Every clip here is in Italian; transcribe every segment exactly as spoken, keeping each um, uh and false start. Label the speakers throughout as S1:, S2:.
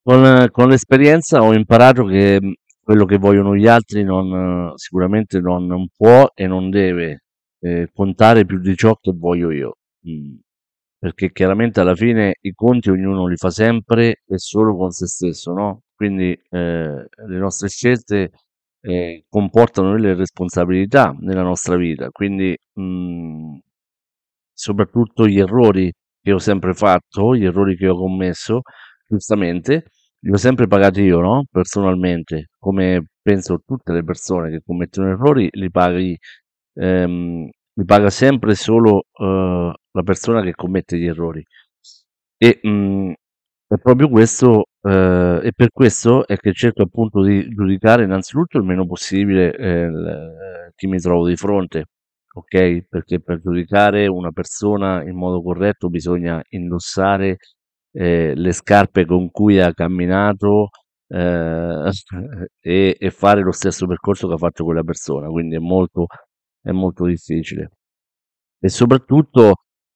S1: Con con l'esperienza ho imparato che, mhmm, quello che vogliono gli altri non sicuramente non non può e non deve, ehm, contare più di ciò che voglio io. Mhmm, perché chiaramente alla fine i conti ognuno li fa sempre e solo con se stesso, no, quindi, ehm, le nostre scelte, ehm, comportano delle responsabilità nella nostra vita, quindi, mhmm soprattutto gli errori che ho sempre fatto, gli errori che ho commesso, giustamente, li ho sempre pagati io, no, personalmente, come penso tutte le persone che commettono errori li paghi ehm, li paga sempre solo, uhm, la persona che commette gli errori. E, mhmm, è proprio questo ehm, e per questo è che cerco appunto di giudicare innanzitutto il meno possibile, ehm, l chi mi trovo di fronte. Okay, perché per giudicare una persona in modo corretto bisogna indossare, ehm, le scarpe con cui ha camminato, ehm, e e fare lo stesso percorso che ha fatto quella persona, quindi è molto è molto difficile. E soprattutto,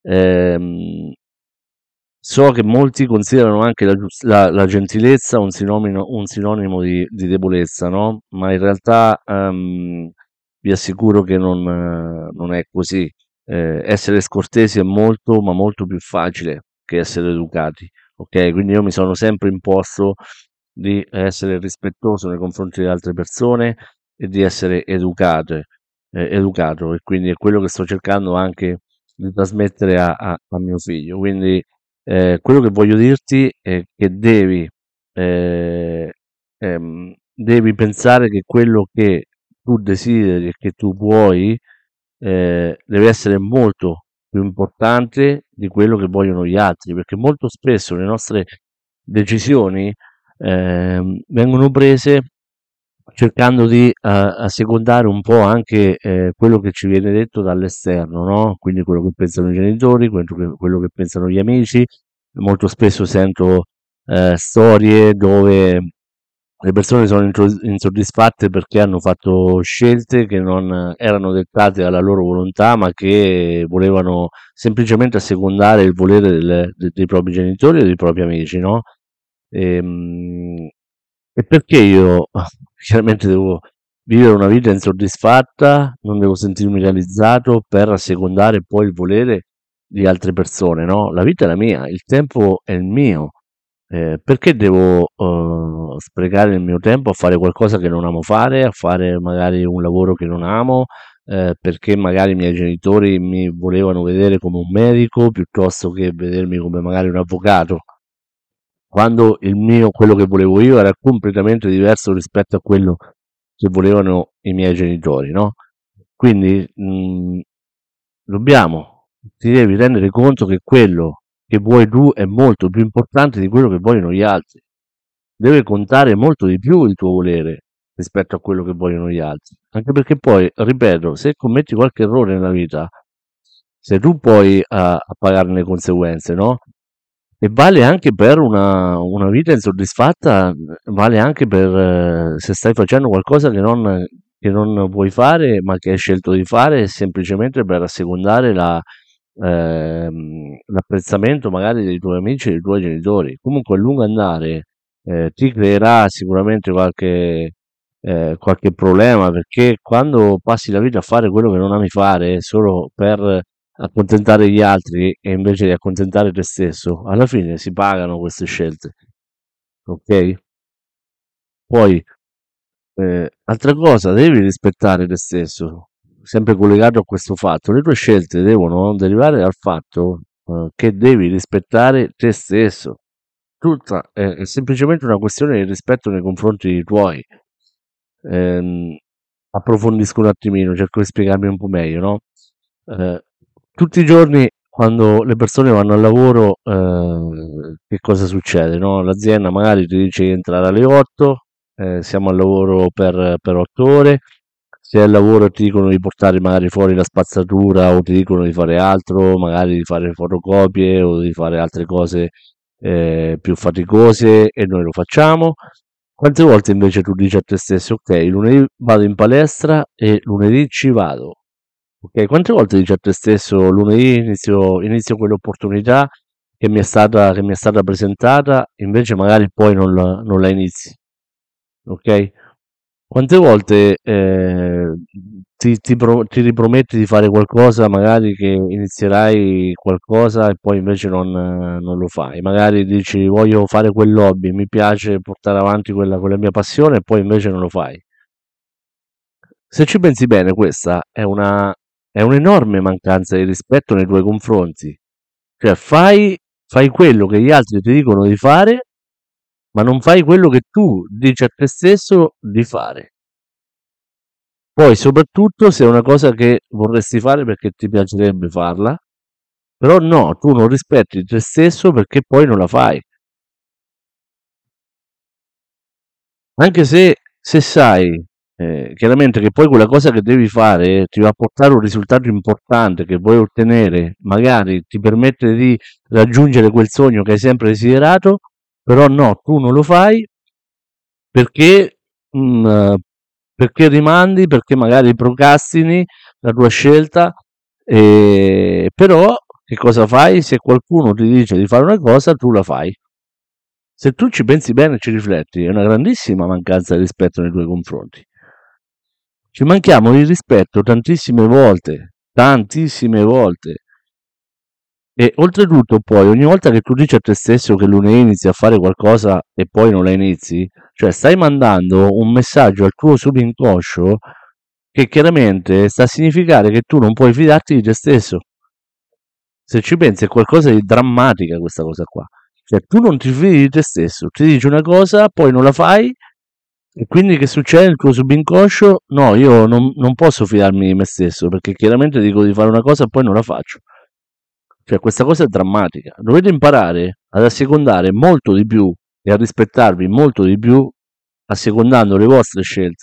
S1: ehm so che molti considerano anche la gius la la gentilezza un sinomino un sinonimo di di debolezza, no, ma in realtà, ehm, vi assicuro che non non è così. Ehm, essere scortesi è molto, ma molto più facile che essere educati, okay, quindi io mi sono sempre imposto di essere rispettoso nei confronti delle altre persone e di essere educate ehm, educato, e quindi è quello che sto cercando anche di trasmettere a a a mio figlio. Quindi Ehm, quello che voglio dirti è che devi ehm, ehm, devi pensare che quello che tu desideri e che tu vuoi, ehm, deve essere molto più importante di quello che vogliono gli altri, perché molto spesso le nostre decisioni, ehm, vengono prese cercando di a assecondare un po' anche, ehm, quello che ci viene detto dall'esterno, no, quindi quello che pensano i genitori, quello che quello che pensano gli amici. Molto spesso sento, ehm, storie dove le persone sono intro insoddisfatte perché hanno fatto scelte che non erano dettate dalla loro volontà, ma che volevano semplicemente assecondare il volere del de dei propri genitori o dei propri amici, no, ehm, e perché io chiaramente devo vivere una vita insoddisfatta, non devo sentirmi realizzato per assecondare poi il volere di altre persone, no, la vita è la mia, il tempo è il mio. Ehm, perché devo, uhm, sprecare il mio tempo a fare qualcosa che non amo fare, a fare magari un lavoro che non amo, ehm, perché magari i miei genitori mi volevano vedere come un medico piuttosto che vedermi come magari un avvocato, quando il mio quello che volevo io era completamente diverso rispetto a quello che volevano i miei genitori, no, quindi, mhmm, dobbiamo ti devi rendere conto che quello che vuoi tu è molto più importante di quello che vogliono gli altri. Deve contare molto di più il tuo volere rispetto a quello che vogliono gli altri. Anche perché poi, ripeto, se commetti qualche errore nella vita, sei tu poi a, a pagarne le conseguenze, no? E vale anche per una, una vita insoddisfatta, vale anche per eh, se stai facendo qualcosa che non, che non vuoi fare, ma che hai scelto di fare semplicemente per assecondare la, ehm, l'apprezzamento magari dei tuoi amici e dei tuoi genitori. Comunque a lungo andare eh, ti creerà sicuramente qualche, eh, qualche problema, perché quando passi la vita a fare quello che non ami fare solo per accontentare gli altri e invece di accontentare te stesso, alla fine si pagano queste scelte, ok? Poi, eh, altra cosa, devi rispettare te stesso, sempre collegato a questo fatto. Le tue scelte devono derivare dal fatto, eh, che devi rispettare te stesso. Tutta è, è semplicemente una questione di rispetto nei confronti dei tuoi. Ehm, approfondisco un attimino, cerco di spiegarmi un po' meglio, no? Eh, tutti i giorni quando le persone vanno al lavoro, eh, che cosa succede, no? L'azienda magari ti dice di entrare alle otto, eh, siamo al lavoro per, per otto ore, se al lavoro ti dicono di portare magari fuori la spazzatura o ti dicono di fare altro, magari di fare fotocopie o di fare altre cose eh, più faticose e noi lo facciamo. Quante volte invece tu dici a te stesso: "Okay, lunedì vado in palestra e lunedì ci vado." Okay, quante volte dici a te stesso: "Lunedì inizio inizio quell'opportunità che mi è stata, che mi è stata presentata, invece magari poi non la, non la inizi, ok? Quante volte eh, ti, ti pro- ti riprometti di fare qualcosa, magari che inizierai qualcosa e poi invece non, eh, non lo fai? Magari dici voglio fare quell'hobby, mi piace portare avanti quella, quella mia passione e poi invece non lo fai. Se ci pensi bene, questa è una, è un'enorme mancanza di rispetto nei tuoi confronti. Cioè, fai, fai quello che gli altri ti dicono di fare, ma non fai quello che tu dici a te stesso di fare. Poi, soprattutto, se è una cosa che vorresti fare perché ti piacerebbe farla, però no, tu non rispetti te stesso perché poi non la fai. Anche se, se sai eh, chiaramente che poi quella cosa che devi fare ti va a portare un risultato importante che vuoi ottenere, magari ti permette di raggiungere quel sogno che hai sempre desiderato, però no, tu non lo fai perché, mm, eh, perché rimandi, perché magari procrastini la tua scelta, e però che cosa fai? Se qualcuno ti dice di fare una cosa, tu la fai. Se tu ci pensi bene e ci rifletti, è una grandissima mancanza di rispetto nei tuoi confronti. Ci manchiamo di rispetto tantissime volte, tantissime volte. E oltretutto poi, ogni volta che tu dici a te stesso che lunedì inizi a fare qualcosa e poi non la inizi, cioè stai mandando un messaggio al tuo subinconscio che chiaramente sta a significare che tu non puoi fidarti di te stesso. Se ci pensi è qualcosa di drammatica questa cosa qua. Cioè tu non ti fidi di te stesso, ti dici una cosa, poi non la fai e quindi che succede nel tuo subinconscio? No, io non, non posso fidarmi di me stesso perché chiaramente dico di fare una cosa e poi non la faccio. Cioè questa cosa è drammatica. Dovete imparare ad assecondare molto di più e a rispettarvi molto di più assecondando le vostre scelte.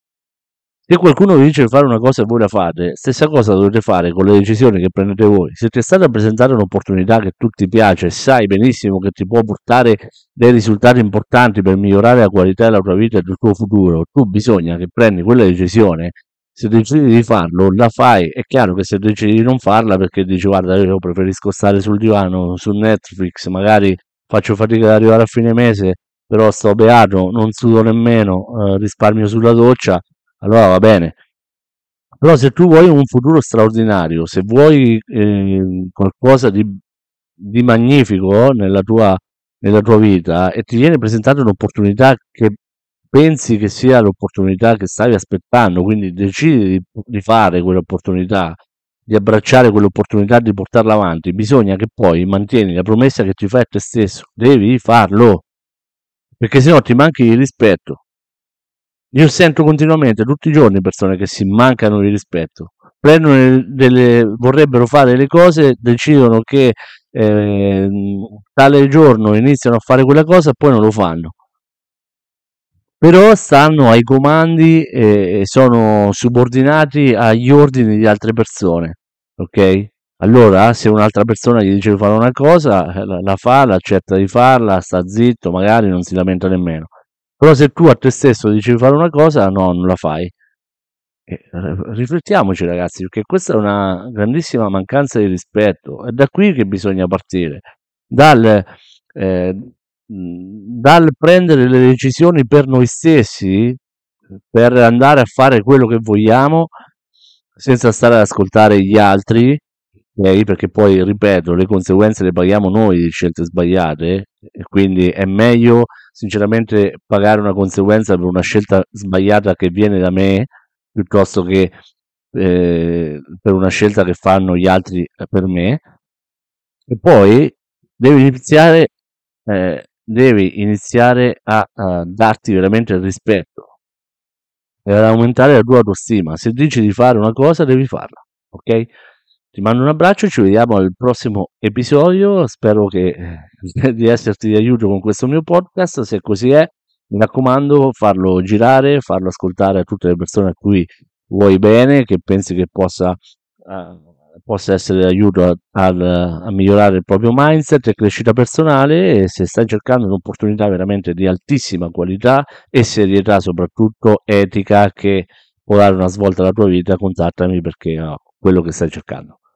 S1: Se qualcuno vi dice di fare una cosa e voi la fate, stessa cosa dovete fare con le decisioni che prendete voi. Se ti è stata presentata un'opportunità che tu ti piace, sai benissimo che ti può portare dei risultati importanti per migliorare la qualità della tua vita e del tuo futuro, tu bisogna che prendi quella decisione. Se decidi di farlo, la fai. È chiaro che se decidi di non farla perché dici guarda, io preferisco stare sul divano, su Netflix, magari faccio fatica ad arrivare a fine mese, però sto beato, non sudo nemmeno, eh, risparmio sulla doccia, allora va bene. Però se tu vuoi un futuro straordinario, se vuoi eh, qualcosa di, di magnifico nella tua, nella tua vita e ti viene presentata un'opportunità che pensi che sia l'opportunità che stavi aspettando, quindi decidi di, di fare quell'opportunità, di abbracciare quell'opportunità, di portarla avanti, bisogna che poi mantieni la promessa che ti fai a te stesso, devi farlo, perché sennò ti manchi di rispetto. Io sento continuamente, tutti i giorni, persone che si mancano di rispetto, prendono delle, vorrebbero fare le cose, decidono che eh, tale giorno iniziano a fare quella cosa e poi non lo fanno. Però stanno ai comandi e sono subordinati agli ordini di altre persone, ok? Allora, se un'altra persona gli dice di fare una cosa, eh, la, la fa, l'accetta di farla, sta zitto, magari non si lamenta nemmeno. Però se tu a te stesso dici di fare una cosa, no, non la fai. E, eh, riflettiamoci ragazzi, perché questa è una grandissima mancanza di rispetto. È da qui che bisogna partire, dal, eh, mh, dal prendere le decisioni per noi stessi, per andare a fare quello che vogliamo, senza stare ad ascoltare gli altri, ok? Perché poi, ripeto, le conseguenze le paghiamo noi di scelte sbagliate, e quindi è meglio sinceramente pagare una conseguenza per una scelta sbagliata che viene da me piuttosto che eh, per una scelta che fanno gli altri per me. E poi devi iniziare, eh, devi iniziare a, a darti veramente il rispetto e ad aumentare la tua autostima. Se dici di fare una cosa, devi farla, ok? Ti mando un abbraccio, ci vediamo al prossimo episodio. Spero che, eh, di esserti di aiuto con questo mio podcast. Se così è, mi raccomando, farlo girare, farlo ascoltare a tutte le persone a cui vuoi bene, che pensi che possa, eh, possa essere d'aiuto a, al- a migliorare il proprio mindset e crescita personale. E se stai cercando un'opportunità veramente di altissima qualità e serietà, soprattutto etica, che può dare una svolta alla tua vita, contattami perché ho quello che stai cercando.